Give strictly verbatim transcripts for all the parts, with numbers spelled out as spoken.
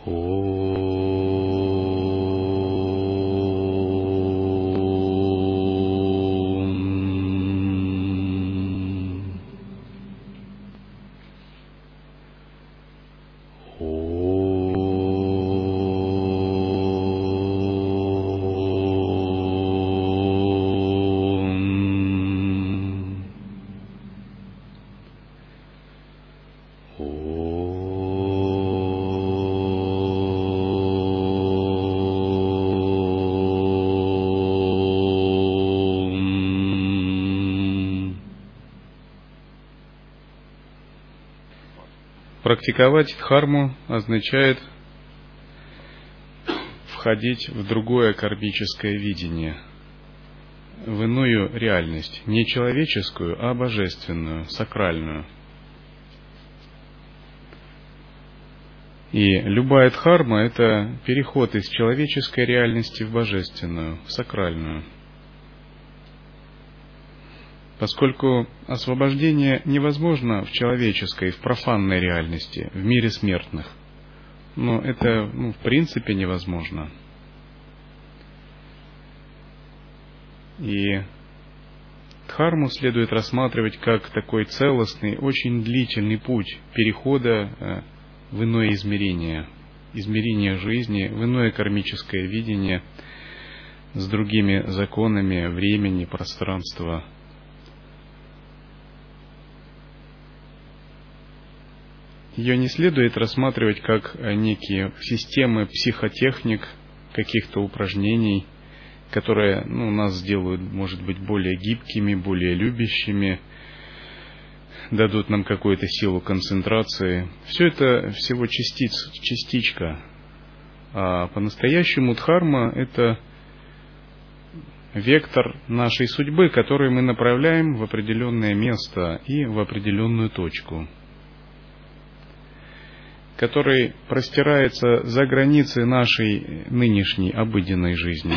Практиковать дхарму означает входить в другое кармическое видение, в иную реальность, не человеческую, а божественную, сакральную. И любая дхарма – это переход из человеческой реальности в божественную, в сакральную. Поскольку освобождение невозможно в человеческой, в профанной реальности, в мире смертных, но это ну, в принципе невозможно. И дхарму следует рассматривать как такой целостный, очень длительный путь перехода в иное измерение, измерение жизни, в иное кармическое видение с другими законами времени, пространства. Ее не следует рассматривать как некие системы психотехник, каких-то упражнений, которые ну, нас сделают, может быть, более гибкими, более любящими, дадут нам какую-то силу концентрации. Все это всего частиц, частичка. А по-настоящему дхарма – это вектор нашей судьбы, который мы направляем в определенное место и в определенную точку, который простирается за границы нашей нынешней обыденной жизни.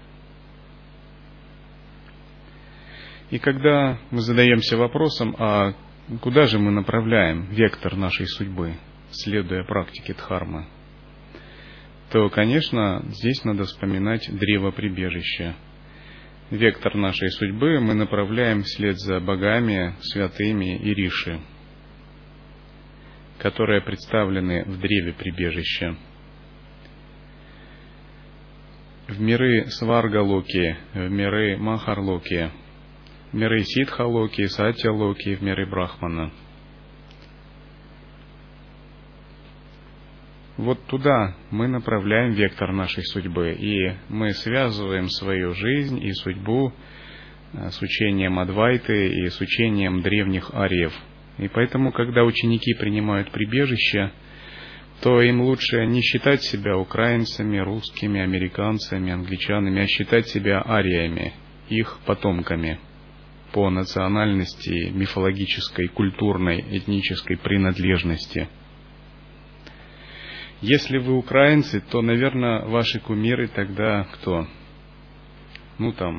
И когда мы задаемся вопросом, а куда же мы направляем вектор нашей судьбы, следуя практике дхармы, то, конечно, здесь надо вспоминать древо прибежища. Вектор нашей судьбы мы направляем вслед за богами, святыми и риши, которые представлены в древе прибежища. В миры Сварга-локи, в миры Махар-локи, в миры Сидха-локи, Сатья-локи, в миры Брахмана. Вот туда мы направляем вектор нашей судьбы, и мы связываем свою жизнь и судьбу с учением Адвайты и с учением древних арьев. И поэтому, когда ученики принимают прибежище, то им лучше не считать себя украинцами, русскими, американцами, англичанами, а считать себя ариями, их потомками по национальности, мифологической, культурной, этнической принадлежности. Если вы украинцы, то, наверное, ваши кумиры тогда кто? Ну там,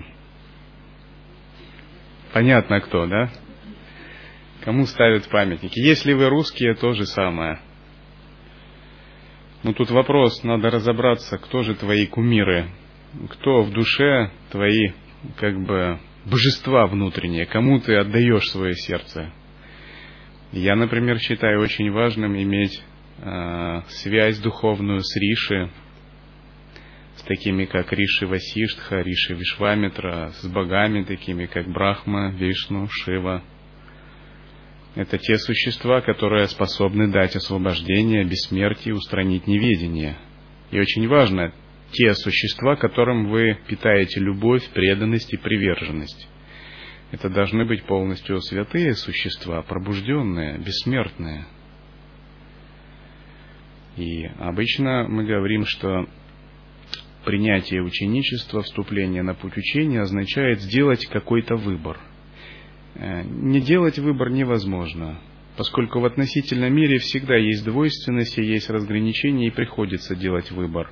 понятно кто, да? Кому ставят памятники? Если вы русские, то же самое. Но тут вопрос, надо разобраться, кто же твои кумиры, кто в душе твои, как бы, божества внутренние, кому ты отдаешь свое сердце. Я, например, считаю очень важным иметь э, связь духовную с риши, с такими, как Риши Васиштха, Риши Вишвамитра, с богами такими, как Брахма, Вишну, Шива. Это те существа, которые способны дать освобождение, бессмертие, устранить неведение. И очень важно, те существа, которым вы питаете любовь, преданность и приверженность. Это должны быть полностью святые существа, пробужденные, бессмертные. И обычно мы говорим, что принятие ученичества, вступление на путь учения означает сделать какой-то выбор. Не делать выбор невозможно, поскольку в относительном мире всегда есть двойственность и есть разграничение, и приходится делать выбор.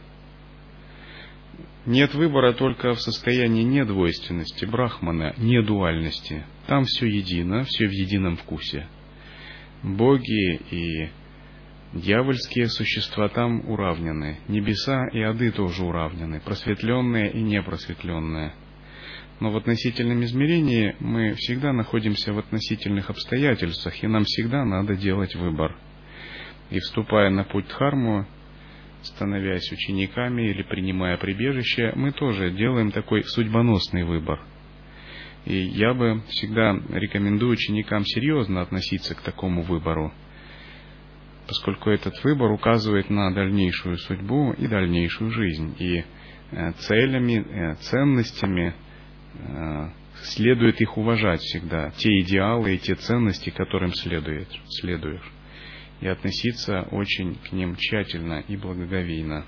Нет выбора только в состоянии недвойственности, брахмана, недуальности. Там все едино, все в едином вкусе. Боги и Дьявольские существа там уравнены, небеса и ады тоже уравнены, просветленные и непросветленные. Но в относительном измерении мы всегда находимся в относительных обстоятельствах, и нам всегда надо делать выбор. И вступая на путь дхармы, становясь учениками или принимая прибежище, мы тоже делаем такой судьбоносный выбор. И я бы всегда рекомендую ученикам серьезно относиться к такому выбору, поскольку этот выбор указывает на дальнейшую судьбу и дальнейшую жизнь. И целями, ценностями следует их уважать всегда, те идеалы и те ценности, которым следует, следуешь, и относиться очень к ним тщательно и благоговейно.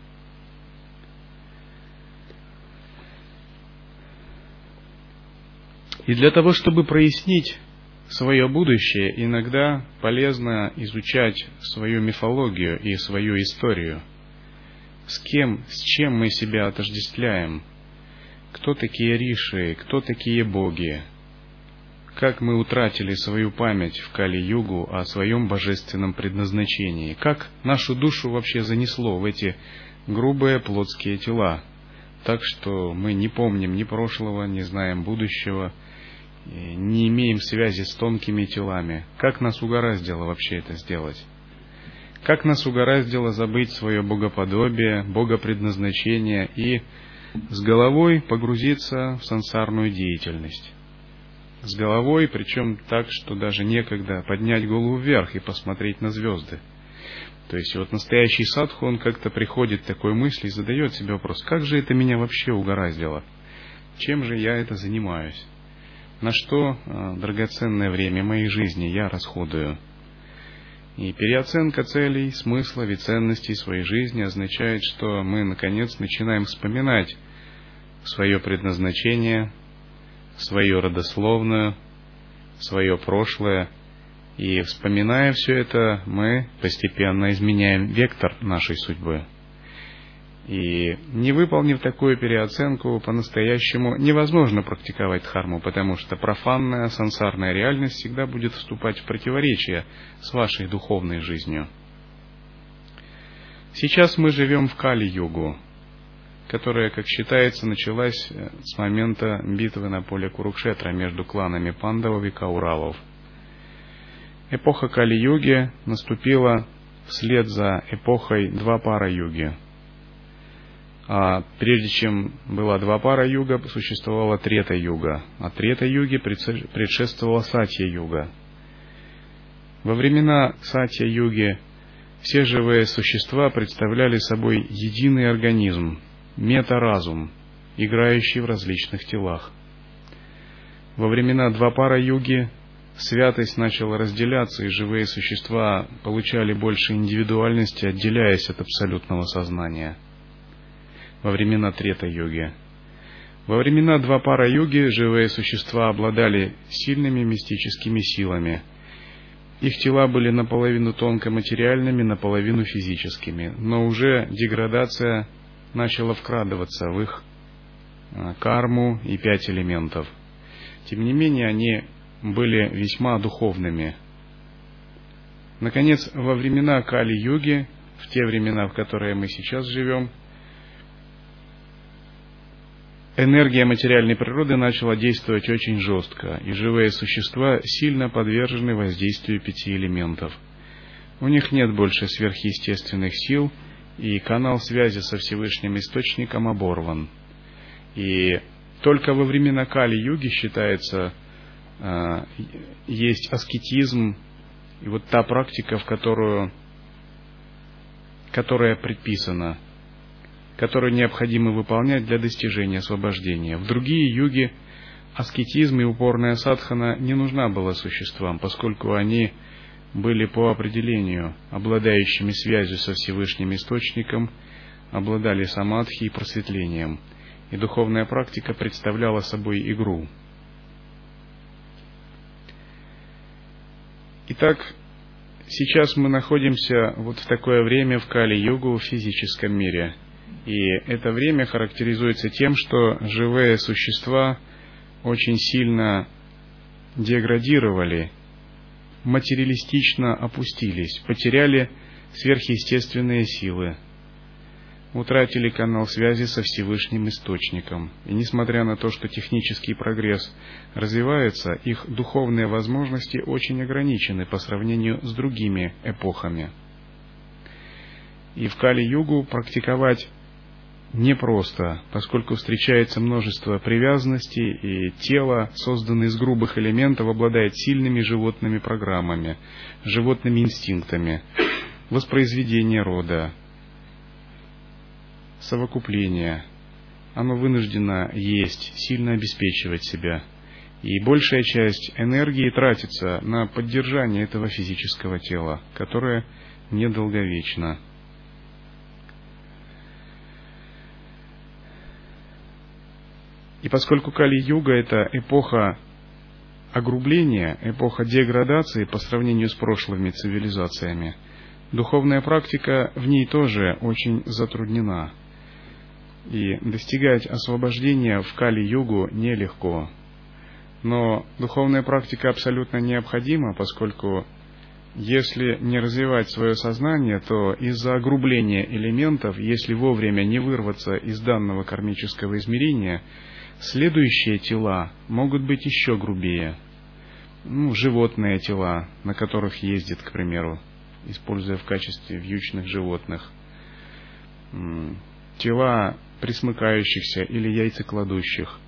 И для того, чтобы прояснить свое будущее, иногда полезно изучать свою мифологию и свою историю. С кем, с чем мы себя отождествляем? Кто такие риши? Кто такие боги? Как мы утратили свою память в Кали-югу о своем божественном предназначении? Как нашу душу вообще занесло в эти грубые плотские тела? Так что мы не помним ни прошлого, не знаем будущего, не имеем связи с тонкими телами. Как нас угораздило вообще это сделать? Как нас угораздило забыть свое богоподобие, богопредназначение и с головой погрузиться в сансарную деятельность? С головой, причем так, что даже некогда поднять голову вверх и посмотреть на звезды. То есть вот настоящий садху, он как-то приходит к такой мысли и задает себе вопрос: как же это меня вообще угораздило? Чем же я это занимаюсь? На что э, драгоценное время моей жизни я расходую? И переоценка целей, смысла и ценностей своей жизни означает, что мы, наконец, начинаем вспоминать свое предназначение, свое родословное, свое прошлое. И, вспоминая все это, мы постепенно изменяем вектор нашей судьбы. И не выполнив такую переоценку, по-настоящему невозможно практиковать дхарму, потому что профанная сансарная реальность всегда будет вступать в противоречие с вашей духовной жизнью. Сейчас мы живем в Кали-югу, которая, как считается, началась с момента битвы на поле Курукшетра между кланами Пандавов и Кауравов. Эпоха Кали-юги наступила вслед за эпохой Двапара-юги. А прежде чем была Двапара-юга, существовала Трета-юга, а Трета-юге предшествовала Сатья-юга. Во времена Сатья-юги все живые существа представляли собой единый организм, мета-разум, играющий в различных телах. Во времена Двапара-юги святость начала разделяться, и живые существа получали больше индивидуальности, отделяясь от абсолютного сознания. Во времена Трета-юги. Во времена Двапара-юги живые существа обладали сильными мистическими силами. Их тела были наполовину тонкоматериальными, наполовину физическими, но уже деградация начала вкрадываться в их карму и пять элементов. Тем не менее, они были весьма духовными. Наконец, во времена Кали-юги, в те времена, в которые мы сейчас живем, энергия материальной природы начала действовать очень жестко, и живые существа сильно подвержены воздействию пяти элементов. У них нет больше сверхъестественных сил, и канал связи со Всевышним Источником оборван. И только во времена Кали-юги, считается, есть аскетизм, и вот та практика, в которую, которая предписана, которую необходимо выполнять для достижения освобождения. В другие юги аскетизм и упорная садхана не нужна была существам, поскольку они были по определению обладающими связью со Всевышним Источником, обладали самадхи и просветлением, и духовная практика представляла собой игру. Итак, сейчас мы находимся вот в такое время в Кали-югу в физическом мире. И это время характеризуется тем, что живые существа очень сильно деградировали, материалистично опустились, потеряли сверхъестественные силы утратили канал связи со Всевышним Источником. И несмотря на то, что технический прогресс развивается, их духовные возможности очень ограничены по сравнению с другими эпохами. И в Кали-югу практиковать непросто, поскольку встречается множество привязанностей, и тело, созданное из грубых элементов, обладает сильными животными программами, животными инстинктами, воспроизведение рода, совокупление. Оно вынуждено есть, сильно обеспечивать себя. И большая часть энергии тратится на поддержание этого физического тела, которое недолговечно. И поскольку Кали-юга — это эпоха огрубления, эпоха деградации по сравнению с прошлыми цивилизациями, духовная практика в ней тоже очень затруднена. И достигать освобождения в Кали-югу нелегко. Но духовная практика абсолютно необходима, поскольку если не развивать свое сознание, то из-за огрубления элементов, если вовремя не вырваться из данного кармического измерения, следующие тела могут быть еще грубее. Ну, животные тела, на которых ездит, к примеру, используя в качестве вьючных животных. Тела пресмыкающихся или яйцекладущих.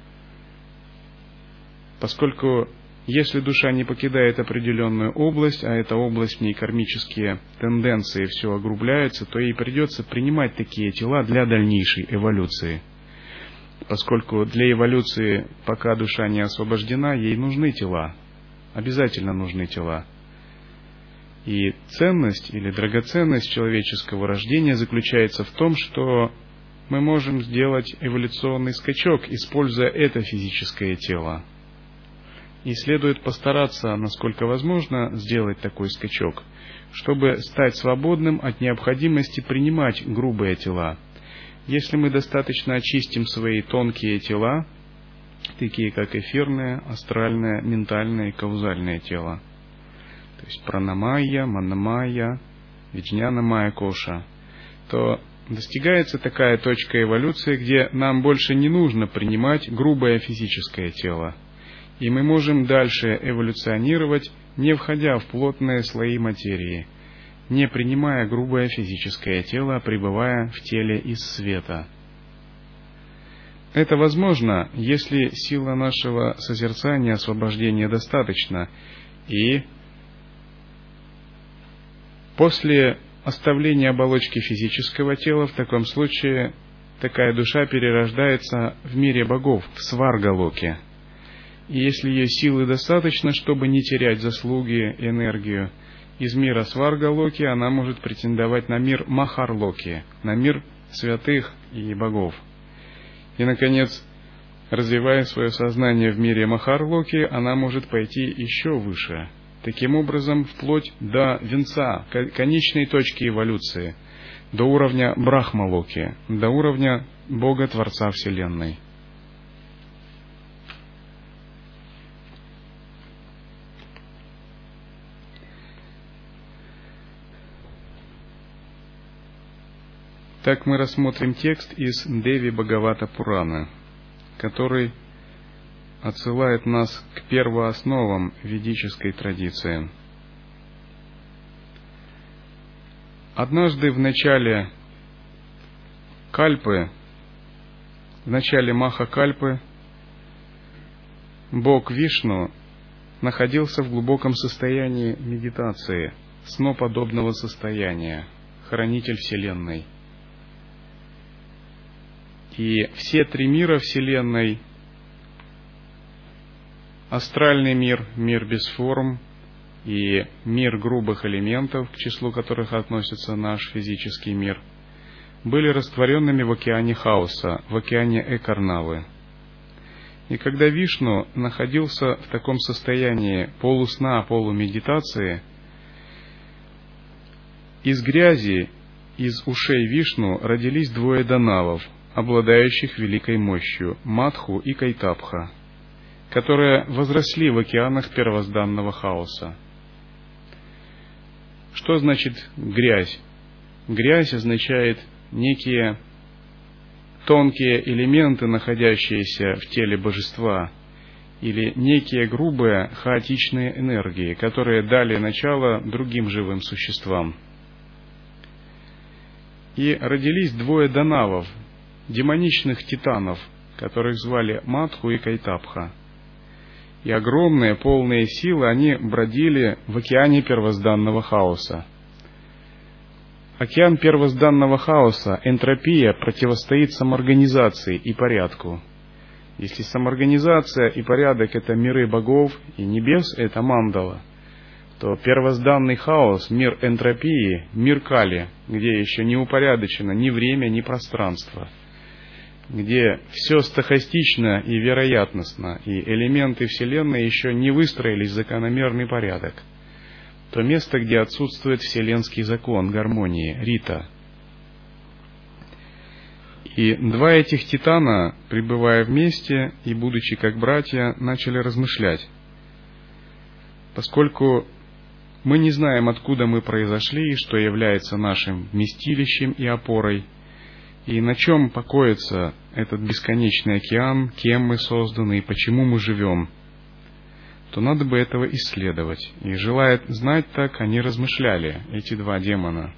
Поскольку если душа не покидает определенную область, а эта область, в ней кармические тенденции все огрубляются, то ей придется принимать такие тела для дальнейшей эволюции. Поскольку для эволюции, пока душа не освобождена, ей нужны тела. Обязательно нужны тела. И ценность или драгоценность человеческого рождения заключается в том, что мы можем сделать эволюционный скачок, используя это физическое тело. И следует постараться, насколько возможно, сделать такой скачок, чтобы стать свободным от необходимости принимать грубые тела. Если мы достаточно очистим свои тонкие тела, такие как эфирное, астральное, ментальное и каузальное тело, то есть пранамайя, манамайя, виджняна-майя коша, то достигается такая точка эволюции, где нам больше не нужно принимать грубое физическое тело. И мы можем дальше эволюционировать, не входя в плотные слои материи, не принимая грубое физическое тело, а пребывая в теле из света. Это возможно, если сила нашего созерцания, освобождения достаточно, и после оставления оболочки физического тела, в таком случае такая душа перерождается в мире богов, в сваргалоке. И если ее силы достаточно, чтобы не терять заслуги, энергию, из мира сваргалоки она может претендовать на мир махарлоки, на мир святых и богов. И, наконец, развивая свое сознание в мире махарлоки, она может пойти еще выше. Таким образом, вплоть до венца, конечной точки эволюции, до уровня брахмалоки, до уровня Бога-Творца Вселенной. Так мы рассмотрим текст из Деви Бхагавата Пурана, который отсылает нас к первоосновам ведической традиции. Однажды в начале Кальпы, в начале Маха-Кальпы, Бог Вишну находился в глубоком состоянии медитации, сноподобного состояния, хранитель Вселенной. И все три мира Вселенной, астральный мир, мир без форм, и мир грубых элементов, к числу которых относится наш физический мир, были растворенными в океане хаоса, в океане Экарнавы. И когда Вишну находился в таком состоянии полусна, полумедитации, из грязи, из ушей Вишну родились двое данавов, обладающих великой мощью, Мадху и Кайтабха, которые возросли в океанах первозданного хаоса. Что значит грязь? Грязь означает некие тонкие элементы, находящиеся в теле божества, или некие грубые хаотичные энергии, которые дали начало другим живым существам. И родились двое данавов, демоничных титанов, которых звали Мадху и Кайтапха. И огромные, полные силы, они бродили в океане первозданного хаоса. Океан первозданного хаоса, энтропия, противостоит самоорганизации и порядку. Если самоорганизация и порядок — это миры богов и небес, это мандала, то первозданный хаос, мир энтропии, мир Кали, где еще не упорядочено ни время, ни пространство, где все стохастично и вероятностно, и элементы Вселенной еще не выстроились в закономерный порядок, то место, где отсутствует вселенский закон гармонии, рита. И два этих титана, пребывая вместе и будучи как братья, начали размышлять. Поскольку мы не знаем, откуда мы произошли, что является нашим вместилищем и опорой, и на чем покоится этот бесконечный океан, кем мы созданы и почему мы живем, то надо бы этого исследовать. И желая знать так, они размышляли, эти два демона,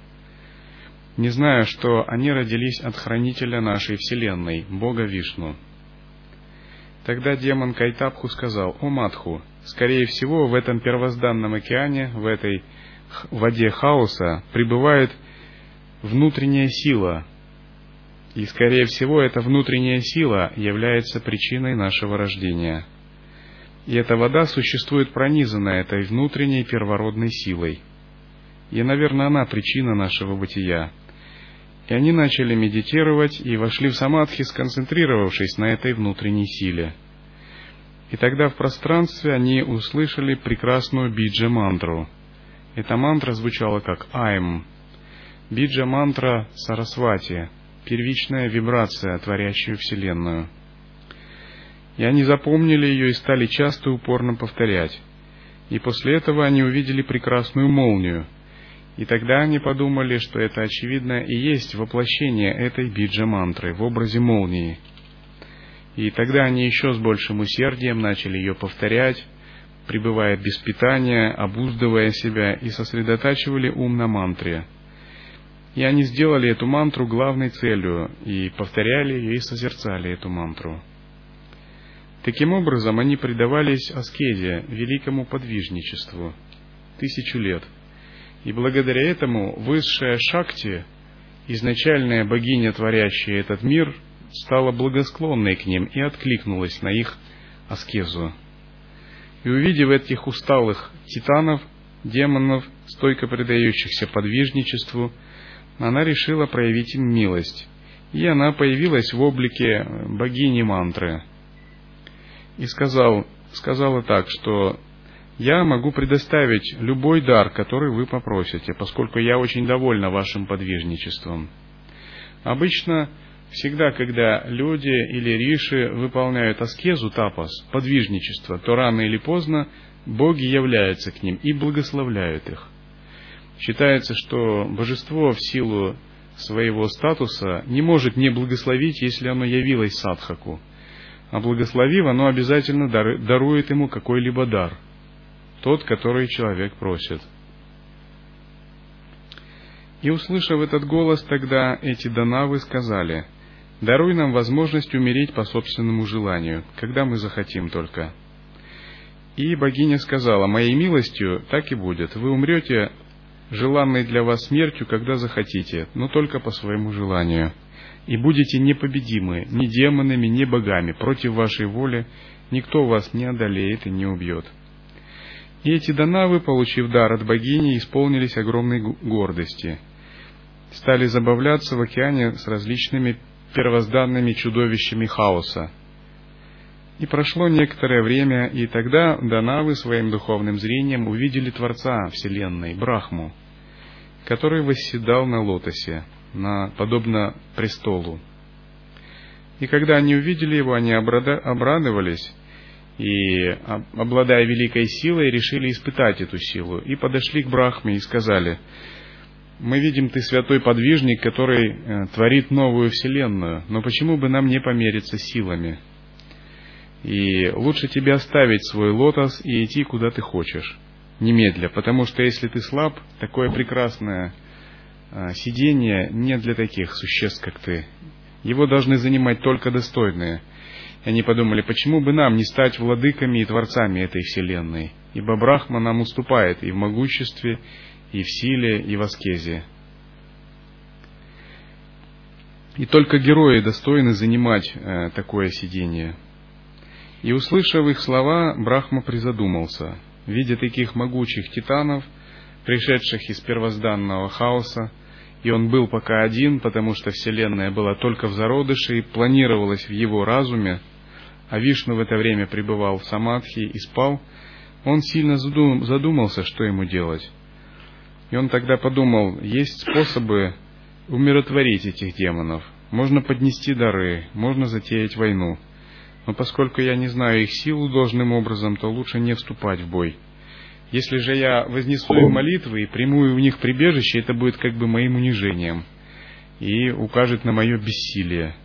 не зная, что они родились от хранителя нашей Вселенной, Бога Вишну. Тогда демон Кайтапху сказал: «О Мадху, скорее всего, в этом первозданном океане, в этой воде хаоса пребывает внутренняя сила, и, скорее всего, эта внутренняя сила является причиной нашего рождения. И эта вода существует пронизанная этой внутренней первородной силой. И, наверное, она причина нашего бытия». И они начали медитировать и вошли в самадхи, сконцентрировавшись на этой внутренней силе. И тогда в пространстве они услышали прекрасную биджа-мантру. Эта мантра звучала как «Айм». Биджа-мантра Сарасвати, первичная вибрация, творящая Вселенную. И они запомнили ее и стали часто и упорно повторять. И после этого они увидели прекрасную молнию. И тогда они подумали, что это, очевидно, и есть воплощение этой биджа-мантры в образе молнии. И тогда они еще с большим усердием начали ее повторять, пребывая без питания, обуздывая себя, и сосредотачивали ум на мантре. И они сделали эту мантру главной целью, и повторяли ее, и созерцали эту мантру. Таким образом, они предавались аскезе, великому подвижничеству, тысячу лет. И благодаря этому высшая Шакти, изначальная богиня, творящая этот мир, стала благосклонной к ним и откликнулась на их аскезу. И увидев этих усталых титанов, демонов, стойко предающихся подвижничеству, она решила проявить им милость. И она появилась в облике богини мантры. И сказал, сказала так, что «Я могу предоставить любой дар, который вы попросите, поскольку я очень довольна вашим подвижничеством». Обычно, всегда, когда люди или риши выполняют аскезу, тапас, подвижничество, то рано или поздно боги являются к ним и благословляют их. Считается, что божество в силу своего статуса не может не благословить, если оно явилось садхаку. А благословив, оно обязательно дарует ему какой-либо дар, тот, который человек просит. И, услышав этот голос, тогда эти данавы сказали: «Даруй нам возможность умереть по собственному желанию, когда мы захотим только». И богиня сказала: «Моей милостью так и будет. Вы умрете желанной для вас смертью, когда захотите, но только по своему желанию. И будете непобедимы ни демонами, ни богами. Против вашей воли никто вас не одолеет и не убьет». И эти данавы, получив дар от богини, исполнились огромной гордости. Стали забавляться в океане с различными первозданными чудовищами хаоса. И прошло некоторое время, и тогда данавы своим духовным зрением увидели Творца Вселенной, Брахму, который восседал на лотосе, на, подобно престолу. И когда они увидели его, они обрадовались и, обладая великой силой, решили испытать эту силу. И подошли к Брахме и сказали: мы видим, ты святой подвижник, который э, творит новую вселенную, но почему бы нам не помериться силами? И лучше тебе оставить свой лотос и идти, куда ты хочешь, немедля, потому что если ты слаб, такое прекрасное э, сидение не для таких существ, как ты. Его должны занимать только достойные. И они подумали, почему бы нам не стать владыками и творцами этой вселенной, ибо Брахма нам уступает и в могуществе, и в силе, и в аскезе. И только герои достойны занимать э, такое сидение. И, услышав их слова, Брахма призадумался. Видя таких могучих титанов, пришедших из первозданного хаоса, и он был пока один, потому что вселенная была только в зародыше и планировалась в его разуме, а Вишну в это время пребывал в самадхи и спал, он сильно задумался, что ему делать. И он тогда подумал, есть способы умиротворить этих демонов. Можно поднести дары, можно затеять войну. Но поскольку я не знаю их силу должным образом, то лучше не вступать в бой. Если же я вознесу им молитвы и приму у них прибежище, это будет как бы моим унижением и укажет на мое бессилие.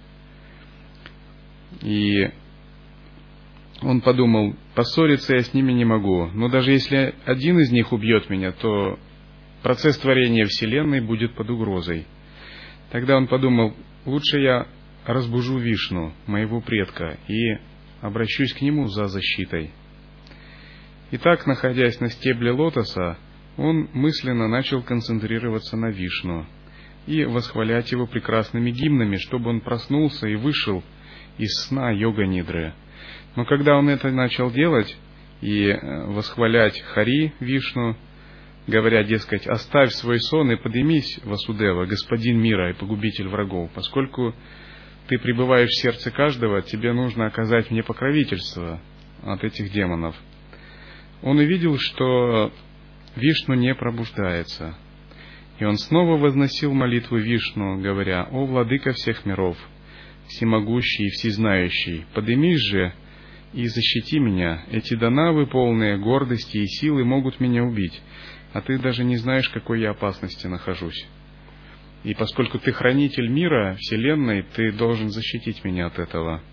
И он подумал, поссориться я с ними не могу, но даже если один из них убьет меня, то процесс творения Вселенной будет под угрозой. Тогда он подумал, лучше я разбужу Вишну, моего предка, и обращусь к нему за защитой. Итак, находясь на стебле лотоса, он мысленно начал концентрироваться на Вишну и восхвалять его прекрасными гимнами, чтобы он проснулся и вышел из сна йога-нидры. Но когда он это начал делать и восхвалять Хари, Вишну, говоря, дескать, оставь свой сон и поднимись, Васудева, господин мира и погубитель врагов, поскольку ты пребываешь в сердце каждого, тебе нужно оказать мне покровительство от этих демонов. Он увидел, что Вишну не пробуждается. И он снова возносил молитву Вишну, говоря, «О, владыка всех миров, всемогущий и всезнающий, подымись же и защити меня. Эти данавы, полные гордости и силы, могут меня убить, а ты даже не знаешь, в какой я опасности нахожусь. И поскольку ты хранитель мира, вселенной, ты должен защитить меня от этого».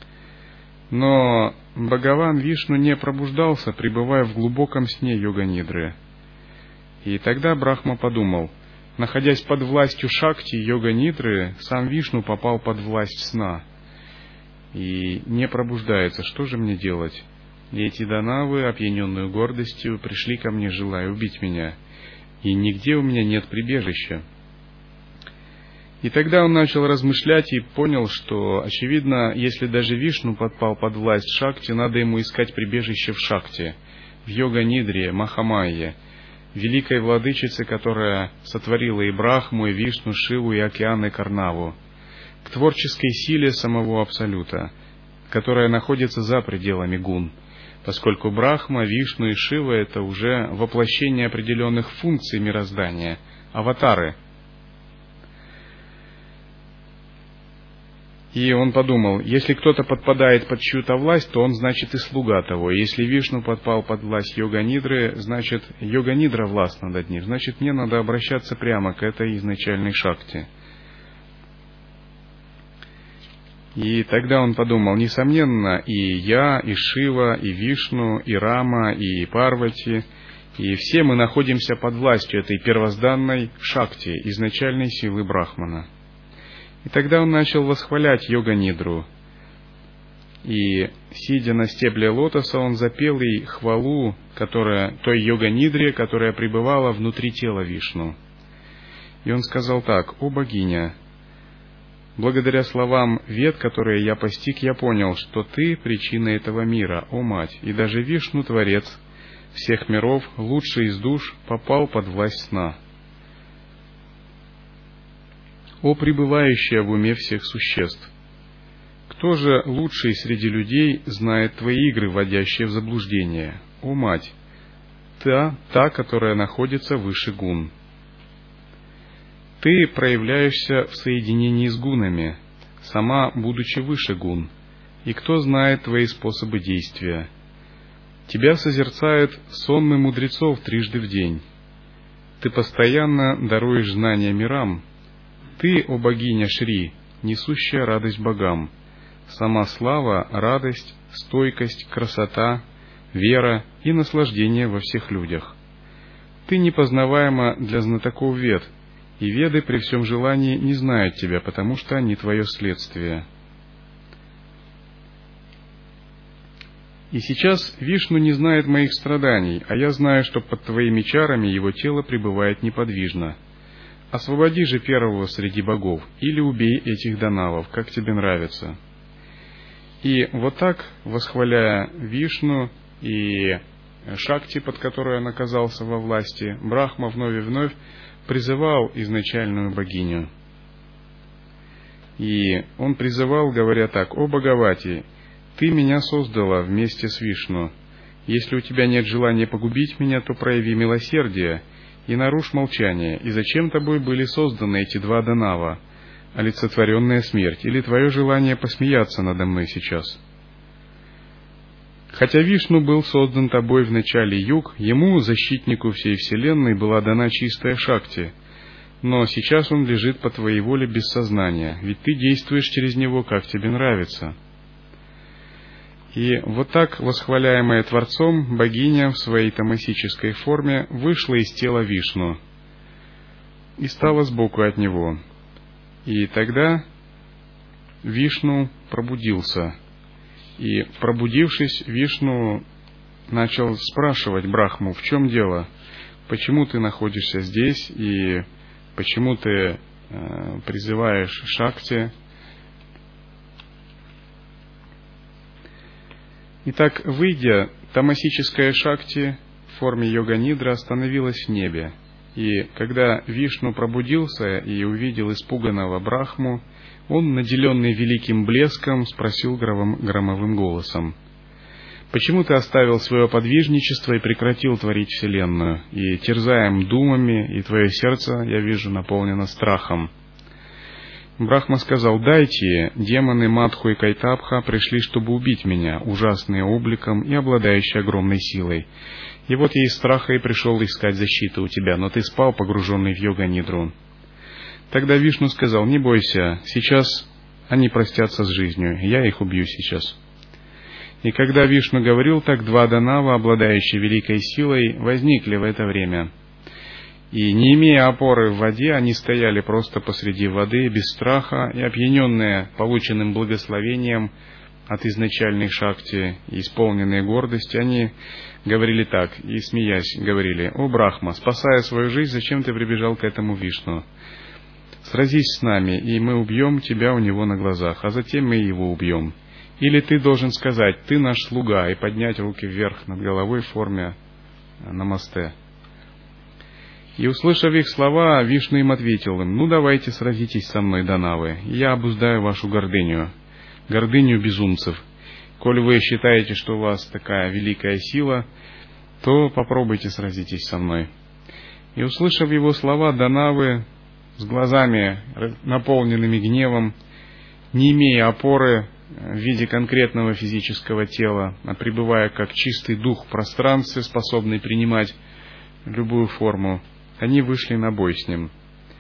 Но Бхагаван Вишну не пробуждался, пребывая в глубоком сне йога-нидры. И тогда Брахма подумал, находясь под властью Шакти йога-нидры, сам Вишну попал под власть сна и не пробуждается. Что же мне делать? И эти данавы, опьяненные гордостью, пришли ко мне, желая убить меня, и нигде у меня нет прибежища. И тогда он начал размышлять и понял, что, очевидно, если даже Вишну подпал под власть Шакти, надо ему искать прибежище в Шакти, в йога-нидре, Махамайе, великой владычице, которая сотворила и Брахму, и Вишну, Шиву, и океан, и Карнаву, к творческой силе самого Абсолюта, которая находится за пределами гун, поскольку Брахма, Вишну и Шива — это уже воплощение определенных функций мироздания, аватары. И он подумал, если кто-то подпадает под чью-то власть, то он, значит, и слуга того. Если Вишну подпал под власть йога-нидры, значит, йога-нидра властна над ним. Значит, мне надо обращаться прямо к этой изначальной Шакти. И тогда он подумал, несомненно, и я, и Шива, и Вишну, и Рама, и Парвати, и все мы находимся под властью этой первозданной Шакти, изначальной силы Брахмана. И тогда он начал восхвалять йога-нидру. И, сидя на стебле лотоса, он запел ей хвалу, которая, той йога-нидре, которая пребывала внутри тела Вишну. И он сказал так: «О богиня, благодаря словам вед, которые я постиг, я понял, что ты причина этого мира, о мать, и даже Вишну, творец всех миров, лучший из душ, попал под власть сна. О пребывающая в уме всех существ! Кто же лучший среди людей знает твои игры, вводящие в заблуждение? О мать! Та, та, которая находится выше гун. Ты проявляешься в соединении с гунами, сама будучи выше гун. и кто знает твои способы действия. Тебя созерцают сонмы мудрецов трижды в день. Ты постоянно даруешь знания мирам. Ты, о богиня Шри, несущая радость богам, сама слава, радость, стойкость, красота, вера и наслаждение во всех людях. Ты непознаваема для знатоков вед, и веды при всем желании не знают тебя, потому что они твое следствие. И сейчас Вишну не знает моих страданий, а я знаю, что под твоими чарами его тело пребывает неподвижно. Освободи же первого среди богов, или убей этих данавов, как тебе нравится». И вот так, восхваляя Вишну и Шакти, под которой он оказался во власти, Брахма вновь и вновь призывал изначальную богиню. И он призывал, говоря так: «О Бхагавати, ты меня создала вместе с Вишну. Если у тебя нет желания погубить меня, то прояви милосердие и нарушь молчание. И зачем тобой были созданы эти два данава, олицетворенная смерть, или твое желание посмеяться надо мной сейчас? Хотя Вишну был создан тобой в начале юг, ему, защитнику всей вселенной, была дана чистая Шакти, но сейчас он лежит по твоей воле без сознания, ведь ты действуешь через него, как тебе нравится». И вот так, восхваляемая Творцом, богиня в своей тамасической форме вышла из тела Вишну и стала сбоку от него. И тогда Вишну пробудился. И, пробудившись, Вишну начал спрашивать Брахму: в чем дело? Почему ты находишься здесь? И почему ты э, призываешь Шакти? Итак, выйдя, тамасическая Шакти в форме йога-нидра остановилась в небе. И когда Вишну пробудился и увидел испуганного Брахму, он, наделенный великим блеском, спросил громовым голосом: «Почему ты оставил свое подвижничество и прекратил творить вселенную? И терзаем думами, и твое сердце, я вижу, наполнено страхом». Брахма сказал: «Дайте, демоны Мадху и Кайтабха пришли, чтобы убить меня, ужасные обликом и обладающие огромной силой. И вот я из страха и пришел искать защиты у тебя, но ты спал, погруженный в йога-нидру». Тогда Вишну сказал: «Не бойся, сейчас они простятся с жизнью, я их убью сейчас». И когда Вишну говорил так, два данава, обладающие великой силой, возникли в это время. И, не имея опоры в воде, они стояли просто посреди воды, без страха, и, опьяненные полученным благословением от изначальной Шакти и исполненные гордости, они говорили так, и, смеясь, говорили: «О Брахма, спасая свою жизнь, зачем ты прибежал к этому Вишну? Сразись с нами, и мы убьем тебя у него на глазах, а затем мы его убьем. Или ты должен сказать: ты наш слуга, и поднять руки вверх над головой в форме намасте». И, услышав их слова, Вишну им ответил им: «Ну, давайте сразитесь со мной, данавы, я обуздаю вашу гордыню, гордыню безумцев. Коль вы считаете, что у вас такая великая сила, то попробуйте сразитесь со мной». И, услышав его слова, данавы с глазами, наполненными гневом, не имея опоры в виде конкретного физического тела, а пребывая как чистый дух в пространстве, способный принимать любую форму, они вышли на бой с ним.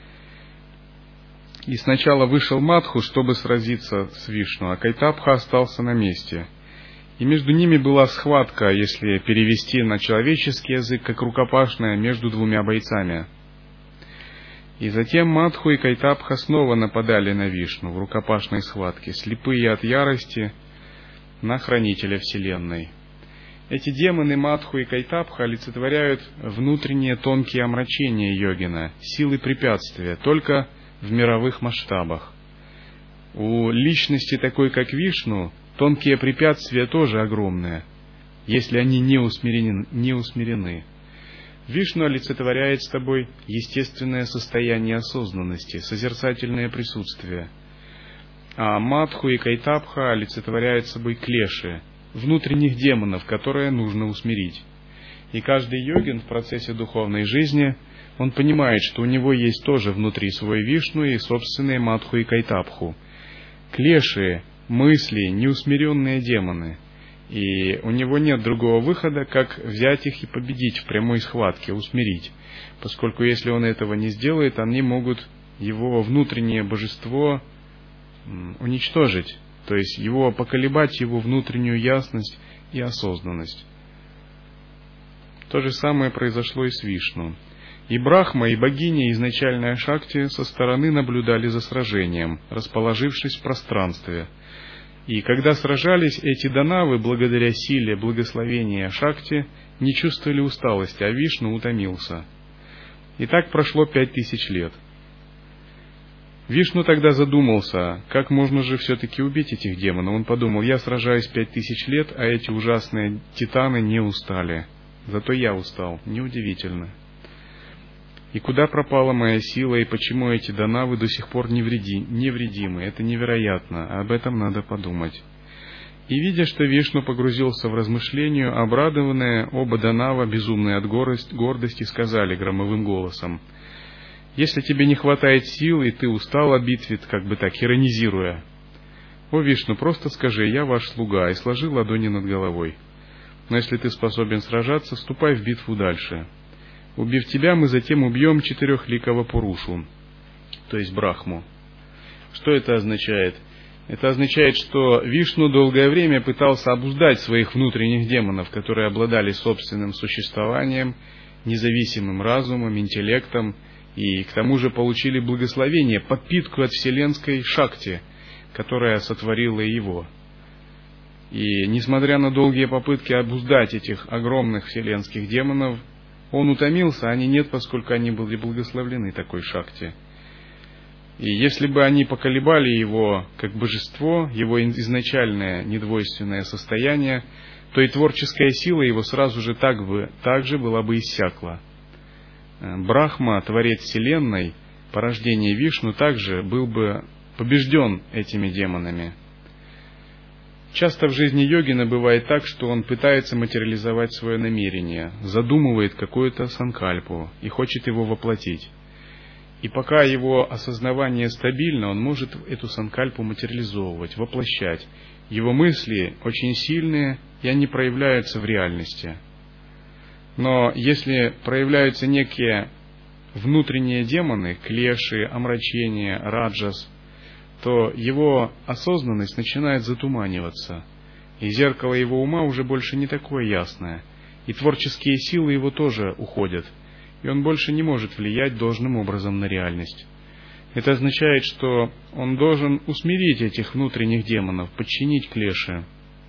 И сначала вышел Мадху, чтобы сразиться с Вишну, а Кайтабха остался на месте. И между ними была схватка, если перевести на человеческий язык, как рукопашная между двумя бойцами. И затем Мадху и Кайтабха снова нападали на Вишну в рукопашной схватке, слепые от ярости, на хранителя Вселенной. Эти демоны Мадху и Кайтабха олицетворяют внутренние тонкие омрачения йогина, силы препятствия, только в мировых масштабах. У личности такой, как Вишну, тонкие препятствия тоже огромные, если они не усмирены. Не усмирены. Вишну олицетворяет с тобой естественное состояние осознанности, созерцательное присутствие. А Мадху и Кайтабха олицетворяют собой клеши, внутренних демонов, которые нужно усмирить. И каждый йогин в процессе духовной жизни, он понимает, что у него есть тоже внутри свой Вишну и собственные Мадху и Кайтабху. Клеши, мысли, неусмиренные демоны. И у него нет другого выхода, как взять их и победить в прямой схватке, усмирить. Поскольку если он этого не сделает, они могут его внутреннее божество уничтожить. То есть его поколебать, его внутреннюю ясность и осознанность. То же самое произошло и с Вишну. И Брахма, и богиня, изначальная Шакти, со стороны наблюдали за сражением, расположившись в пространстве. И когда сражались, эти данавы, благодаря силе благословения Шакти, не чувствовали усталости, а Вишну утомился. И так прошло пять тысяч лет. Вишну тогда задумался, как можно же все-таки убить этих демонов. Он подумал, я сражаюсь пять тысяч лет, а эти ужасные титаны не устали. Зато я устал. Неудивительно. И куда пропала моя сила, и почему эти данавы до сих пор невреди, невредимы? Это невероятно, об этом надо подумать. И видя, что Вишну погрузился в размышления, обрадованные оба данава, безумные от гордости, сказали громовым голосом: «Если тебе не хватает сил, и ты устал о битве, как бы так, иронизируя, о Вишну, просто скажи, я ваш слуга, и сложи ладони над головой. Но если ты способен сражаться, ступай в битву дальше. Убив тебя, мы затем убьем четырехликого Пурушу, то есть Брахму». Что это означает? Это означает, что Вишну долгое время пытался обуздать своих внутренних демонов, которые обладали собственным существованием, независимым разумом, интеллектом, и к тому же получили благословение, подпитку от вселенской Шакти, которая сотворила его. И несмотря на долгие попытки обуздать этих огромных вселенских демонов, он утомился, а они нет, поскольку они были благословлены такой Шакти. И если бы они поколебали его как божество, его изначальное недвойственное состояние, то и творческая сила его сразу же так бы, так же была бы иссякла. Брахма, творец вселенной, порождение Вишну, также был бы побежден этими демонами. Часто в жизни йогина бывает так, что он пытается материализовать свое намерение, задумывает какую-то санкальпу и хочет его воплотить. И пока его осознавание стабильно, он может эту санкальпу материализовывать, воплощать. Его мысли очень сильные, и они проявляются в реальности. Но если проявляются некие внутренние демоны, клеши, омрачения, раджас, то его осознанность начинает затуманиваться, и зеркало его ума уже больше не такое ясное, и творческие силы его тоже уходят, и он больше не может влиять должным образом на реальность. Это означает, что он должен усмирить этих внутренних демонов, подчинить клеши.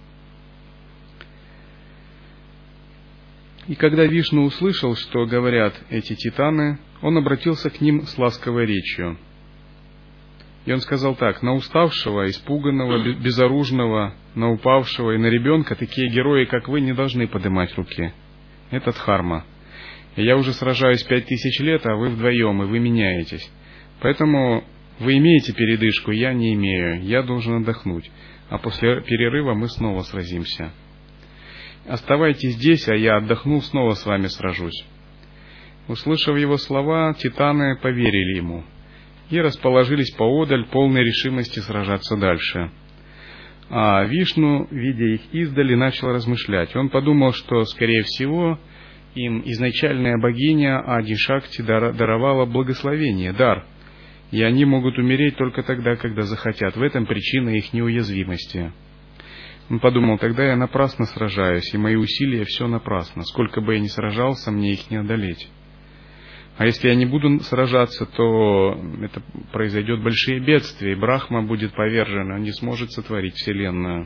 И когда Вишну услышал, что говорят эти титаны, он обратился к ним с ласковой речью. И он сказал так: на уставшего, испуганного, безоружного, на упавшего и на ребенка такие герои, как вы, не должны поднимать руки. Это дхарма. И я уже сражаюсь пять тысяч лет, а вы вдвоем, и вы меняетесь. Поэтому вы имеете передышку, я не имею, я должен отдохнуть, а после перерыва мы снова сразимся. Оставайтесь здесь, а я, отдохнув, снова с вами сражусь. Услышав его слова, титаны поверили ему и расположились поодаль, полной решимости сражаться дальше. А Вишну, видя их издали, начал размышлять. Он подумал, что, скорее всего, им изначальная богиня Ади Шакти даровала благословение, дар, и они могут умереть только тогда, когда захотят. В этом причина их неуязвимости. Он подумал: тогда я напрасно сражаюсь, и мои усилия все напрасно. Сколько бы я ни сражался, мне их не одолеть. А если я не буду сражаться, то это произойдет большие бедствия, и Брахма будет повержен, он не сможет сотворить Вселенную.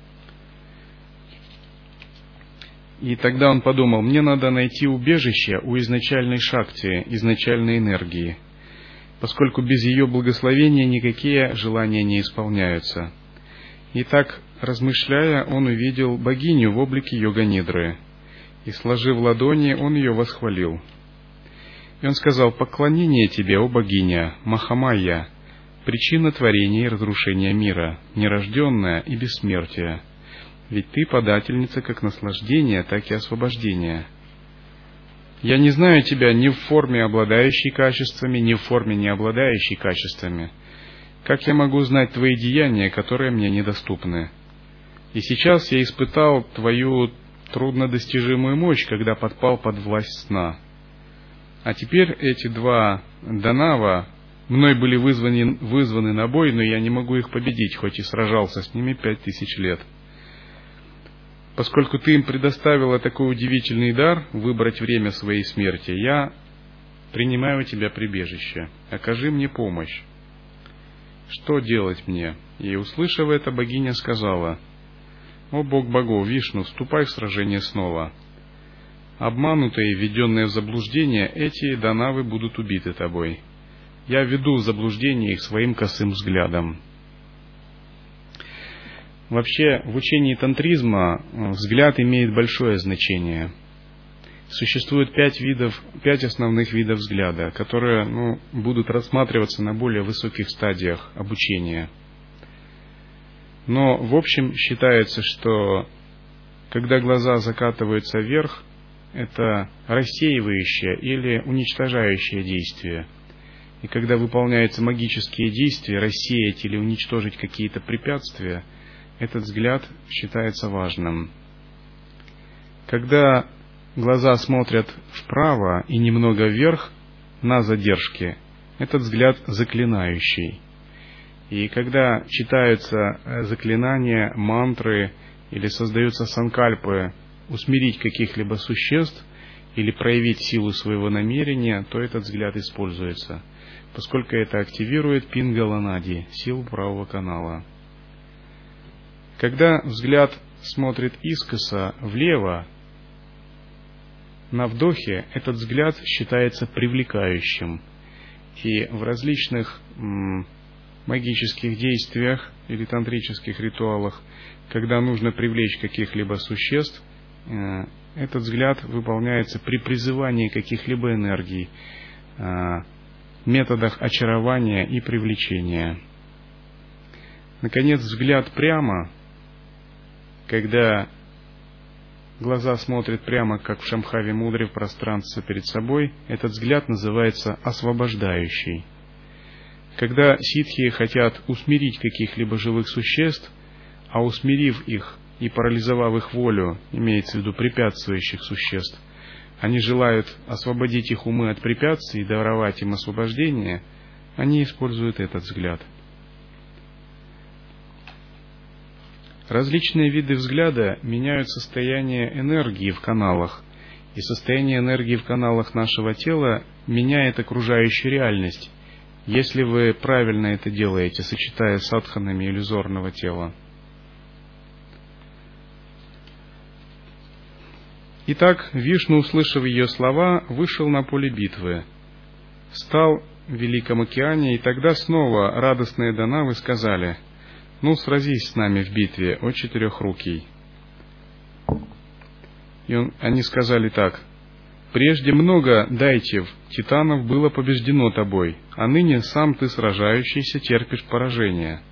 И тогда он подумал: мне надо найти убежище у изначальной Шакти, изначальной энергии, поскольку без ее благословения никакие желания не исполняются. И так, размышляя, он увидел богиню в облике Йога-Нидры, и, сложив ладони, он ее восхвалил. И он сказал: поклонение тебе, о богиня, Махамайя, причина творения и разрушения мира, нерожденная и бессмертия. Ведь ты подательница как наслаждения, так и освобождения. Я не знаю тебя ни в форме, обладающей качествами, ни в форме, не обладающей качествами. Как я могу знать Твои деяния, которые мне недоступны? И сейчас я испытал Твою труднодостижимую мощь, когда подпал под власть сна. А теперь эти два данава мной были вызваны, вызваны на бой, но я не могу их победить, хоть и сражался с ними пять тысяч лет. Поскольку Ты им предоставила такой удивительный дар выбрать время своей смерти, я принимаю у Тебя прибежище. Окажи мне помощь. Что делать мне? И, услышав это, богиня сказала: «О Бог богов, Вишну, вступай в сражение снова. Обманутые и введенные в заблуждение, эти данавы будут убиты тобой. Я введу в заблуждение их своим косым взглядом». Вообще, в учении тантризма взгляд имеет большое значение. Существует пять видов, пять основных видов взгляда, которые ну, будут рассматриваться на более высоких стадиях обучения. Но, в общем, считается, что когда глаза закатываются вверх, это рассеивающее или уничтожающее действие. И когда выполняются магические действия, рассеять или уничтожить какие-то препятствия, этот взгляд считается важным. Когда глаза смотрят вправо и немного вверх, на задержке, этот взгляд заклинающий. И когда читаются заклинания, мантры или создаются санкальпы усмирить каких-либо существ или проявить силу своего намерения, то этот взгляд используется, поскольку это активирует пингаланади, силу правого канала. Когда взгляд смотрит искоса влево, на вдохе этот взгляд считается привлекающим. И в различных м, магических действиях или тантрических ритуалах, когда нужно привлечь каких-либо существ, э, этот взгляд выполняется при призывании каких-либо энергий, э, методах очарования и привлечения. Наконец, взгляд прямо, когда глаза смотрят прямо, как в Шамхаве Мудре, в пространство перед собой, этот взгляд называется освобождающий. Когда ситхи хотят усмирить каких-либо живых существ, а усмирив их и парализовав их волю, имеется в виду препятствующих существ, они желают освободить их умы от препятствий и даровать им освобождение, они используют этот взгляд. Различные виды взгляда меняют состояние энергии в каналах, и состояние энергии в каналах нашего тела меняет окружающую реальность, если вы правильно это делаете, сочетая с садханами иллюзорного тела. Итак, Вишну, услышав ее слова, вышел на поле битвы, встал в Великом океане, и тогда снова радостные данавы сказали: «Ну, сразись с нами в битве, о четырехрукий». И он, они сказали так: «Прежде много дайтев, титанов, было побеждено тобой, а ныне сам ты, сражающийся, терпишь поражение».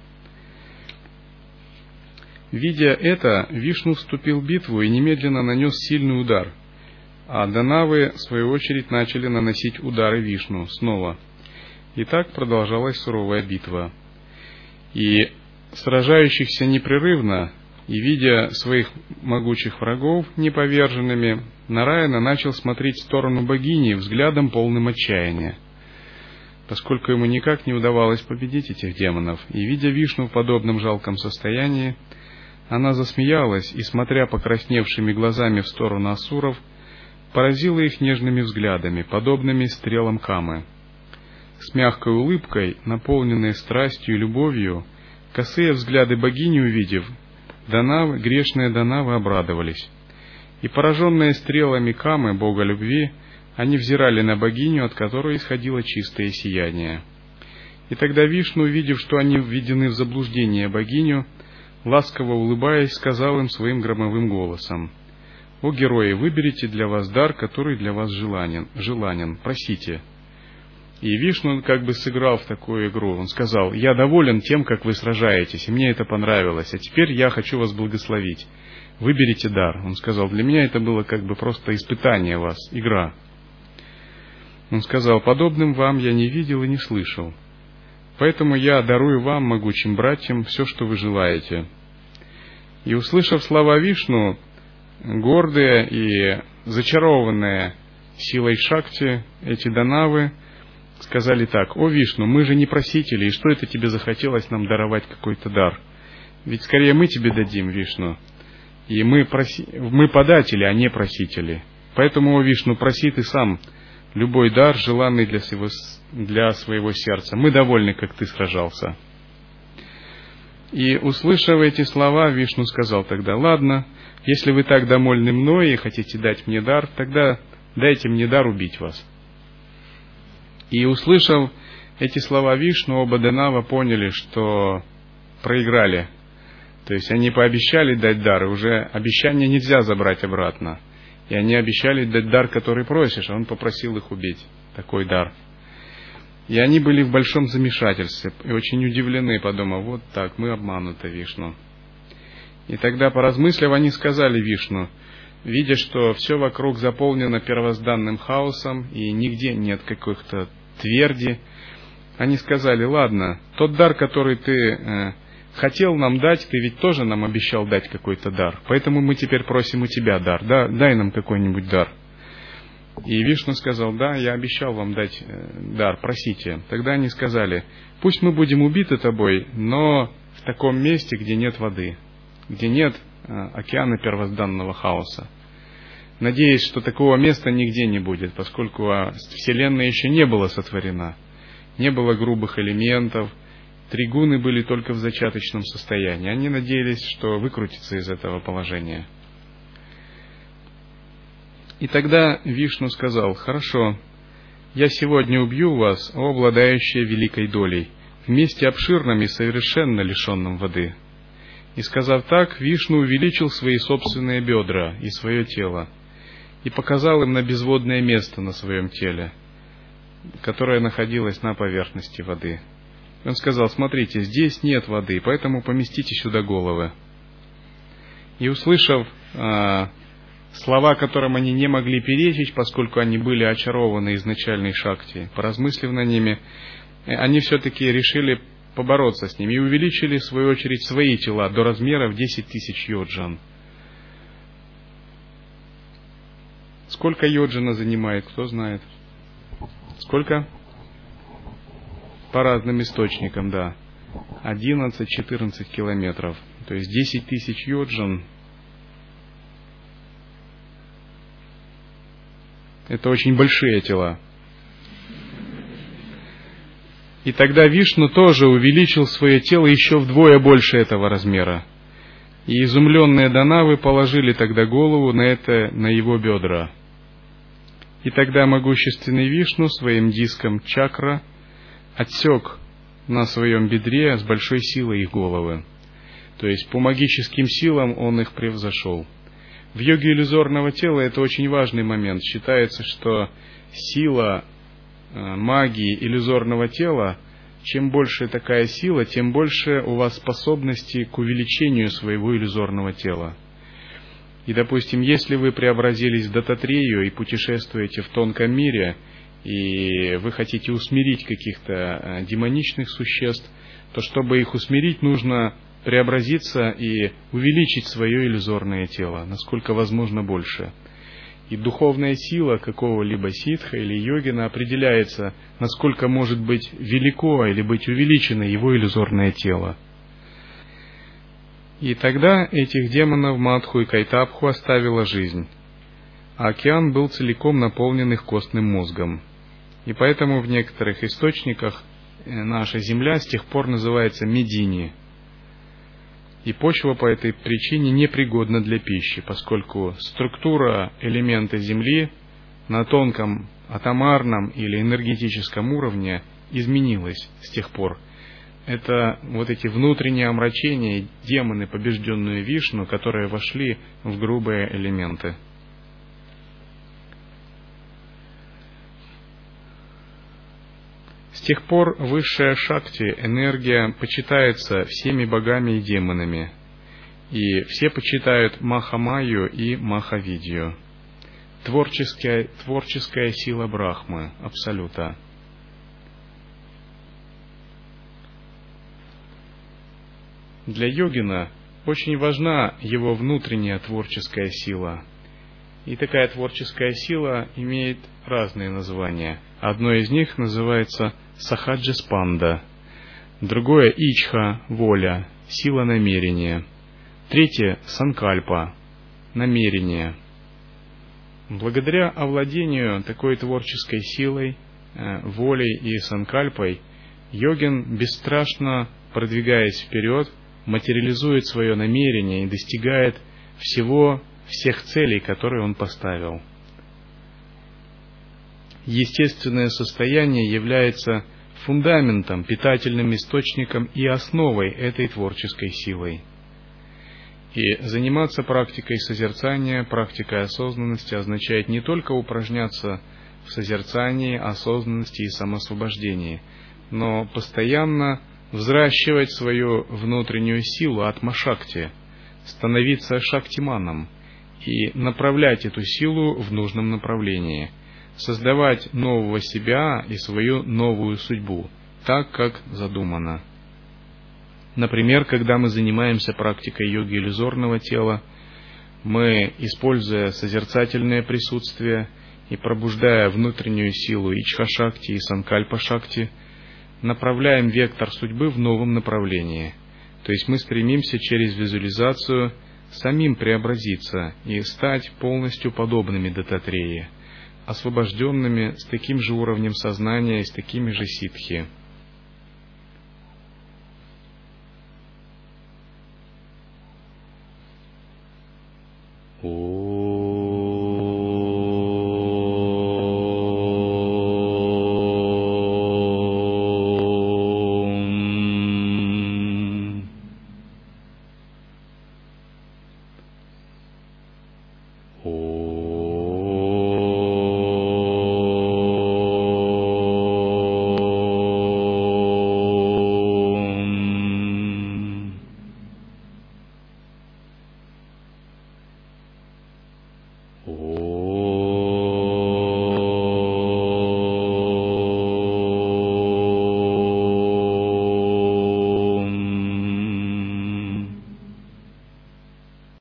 Видя это, Вишну вступил в битву и немедленно нанес сильный удар, а данавы, в свою очередь, начали наносить удары Вишну снова. И так продолжалась суровая битва. И сражающихся непрерывно, и видя своих могучих врагов неповерженными, Нараяна начал смотреть в сторону богини взглядом полным отчаяния, поскольку ему никак не удавалось победить этих демонов. И видя Вишну в подобном жалком состоянии, она засмеялась и, смотря покрасневшими глазами в сторону асуров, поразила их нежными взглядами, подобными стрелам Камы. С мягкой улыбкой, наполненной страстью и любовью, косые взгляды богини увидев, данавы, грешные данавы обрадовались. И, пораженные стрелами Камы, бога любви, они взирали на богиню, от которой исходило чистое сияние. И тогда Вишну, увидев, что они введены в заблуждение богиню, ласково улыбаясь, сказал им своим громовым голосом: «О герои, выберите для вас дар, который для вас желанен, желанен, просите». И Вишну как бы сыграл в такую игру. Он сказал: «Я доволен тем, как вы сражаетесь, и мне это понравилось, а теперь я хочу вас благословить. Выберите дар». Он сказал: «Для меня это было как бы просто испытание вас, игра». Он сказал: «Подобным вам я не видел и не слышал. Поэтому я дарую вам, могучим братьям, все, что вы желаете». И, услышав слова Вишну, гордые и зачарованные силой Шакти, эти данавы сказали так: «О Вишну, мы же не просители, и что это тебе захотелось нам даровать какой-то дар? Ведь скорее мы тебе дадим, Вишну, и мы, проси... мы податели, а не просители. Поэтому, о Вишну, проси ты сам любой дар, желанный для своего, для своего сердца. Мы довольны, как ты сражался». И, услышав эти слова, Вишну сказал тогда: «Ладно, если вы так довольны мной и хотите дать мне дар, тогда дайте мне дар убить вас». И, услышав эти слова Вишну, оба данава поняли, что проиграли. То есть они пообещали дать дар, и уже обещание нельзя забрать обратно. И они обещали дать дар, который просишь, а он попросил их убить. Такой дар. И они были в большом замешательстве и очень удивлены, подумав: вот так, мы обмануты, Вишну. И тогда, поразмыслив, они сказали Вишну, видя, что все вокруг заполнено первозданным хаосом и нигде нет каких-то тверди, они сказали: ладно, тот дар, который ты э, хотел нам дать, ты ведь тоже нам обещал дать какой-то дар, поэтому мы теперь просим у тебя дар, да, дай нам какой-нибудь дар. И Вишну сказал: да, я обещал вам дать дар, просите. Тогда они сказали: пусть мы будем убиты тобой, но в таком месте, где нет воды, где нет океана первозданного хаоса. Надеюсь, что такого места нигде не будет, поскольку Вселенная еще не была сотворена, не было грубых элементов, тригуны были только в зачаточном состоянии. Они надеялись, что выкрутятся из этого положения. И тогда Вишну сказал: хорошо, я сегодня убью вас, о обладающие великой долей, в месте обширном и совершенно лишенном воды. И, сказав так, Вишну увеличил свои собственные бедра и свое тело, и показал им на безводное место на своем теле, которое находилось на поверхности воды. Он сказал: смотрите, здесь нет воды, поэтому поместите сюда головы. И, услышав а, слова, которым они не могли перечить, поскольку они были очарованы изначальной Шакти, поразмыслив на ними, они все-таки решили побороться с ними и увеличили, в свою очередь, свои тела до размера в десять тысяч йоджан. Сколько йоджана занимает, кто знает? Сколько? По разным источникам, да. одиннадцать-четырнадцать километров. То есть десять тысяч йоджан. Это очень большие тела. И тогда Вишну тоже увеличил свое тело еще вдвое больше этого размера. И изумленные данавы положили тогда голову на это, на его бедра. И тогда могущественный Вишну своим диском чакра отсек на своем бедре с большой силой их головы. То есть по магическим силам он их превзошел. В йоге иллюзорного тела это очень важный момент. Считается, что сила магии иллюзорного тела, чем больше такая сила, тем больше у вас способности к увеличению своего иллюзорного тела. И, допустим, если вы преобразились в Дататрею и путешествуете в тонком мире, и вы хотите усмирить каких-то демоничных существ, то чтобы их усмирить, нужно преобразиться и увеличить свое иллюзорное тело, насколько возможно больше. И духовная сила какого-либо ситха или йогина определяется, насколько может быть велико или быть увеличено его иллюзорное тело. И тогда этих демонов Мадху и Кайтабху оставила жизнь, а океан был целиком наполнен их костным мозгом. И поэтому в некоторых источниках наша земля с тех пор называется Медини. И почва по этой причине непригодна для пищи, поскольку структура элемента Земли на тонком атомарном или энергетическом уровне изменилась с тех пор. Это вот эти внутренние омрачения, демоны, побежденные Вишну, которые вошли в грубые элементы. С тех пор высшая Шакти, энергия, почитается всеми богами и демонами, и все почитают Махамайю и Махавидью. Творческая, творческая сила Брахмы, Абсолюта. Для йогина очень важна его внутренняя творческая сила. И такая творческая сила имеет разные названия. Одно из них называется сахаджа-спанда, другое ичха, воля, сила намерения, третье санкальпа, намерение. Благодаря овладению такой творческой силой, волей и санкальпой, йогин, бесстрашно продвигаясь вперед, материализует свое намерение и достигает всего, всех целей, которые он поставил. Естественное состояние является фундаментом, питательным источником и основой этой творческой силой. И заниматься практикой созерцания, практикой осознанности означает не только упражняться в созерцании, осознанности и самоосвобождении, но постоянно взращивать свою внутреннюю силу атма-шакти, становиться шактиманом и направлять эту силу в нужном направлении, создавать нового себя и свою новую судьбу, так, как задумано. Например, когда мы занимаемся практикой йоги иллюзорного тела, мы, используя созерцательное присутствие и пробуждая внутреннюю силу ичха-шакти и санкальпа-шакти, направляем вектор судьбы в новом направлении. То есть мы стремимся через визуализацию самим преобразиться и стать полностью подобными Даттатреи, освобожденными с таким же уровнем сознания и с такими же ситхи. Oh.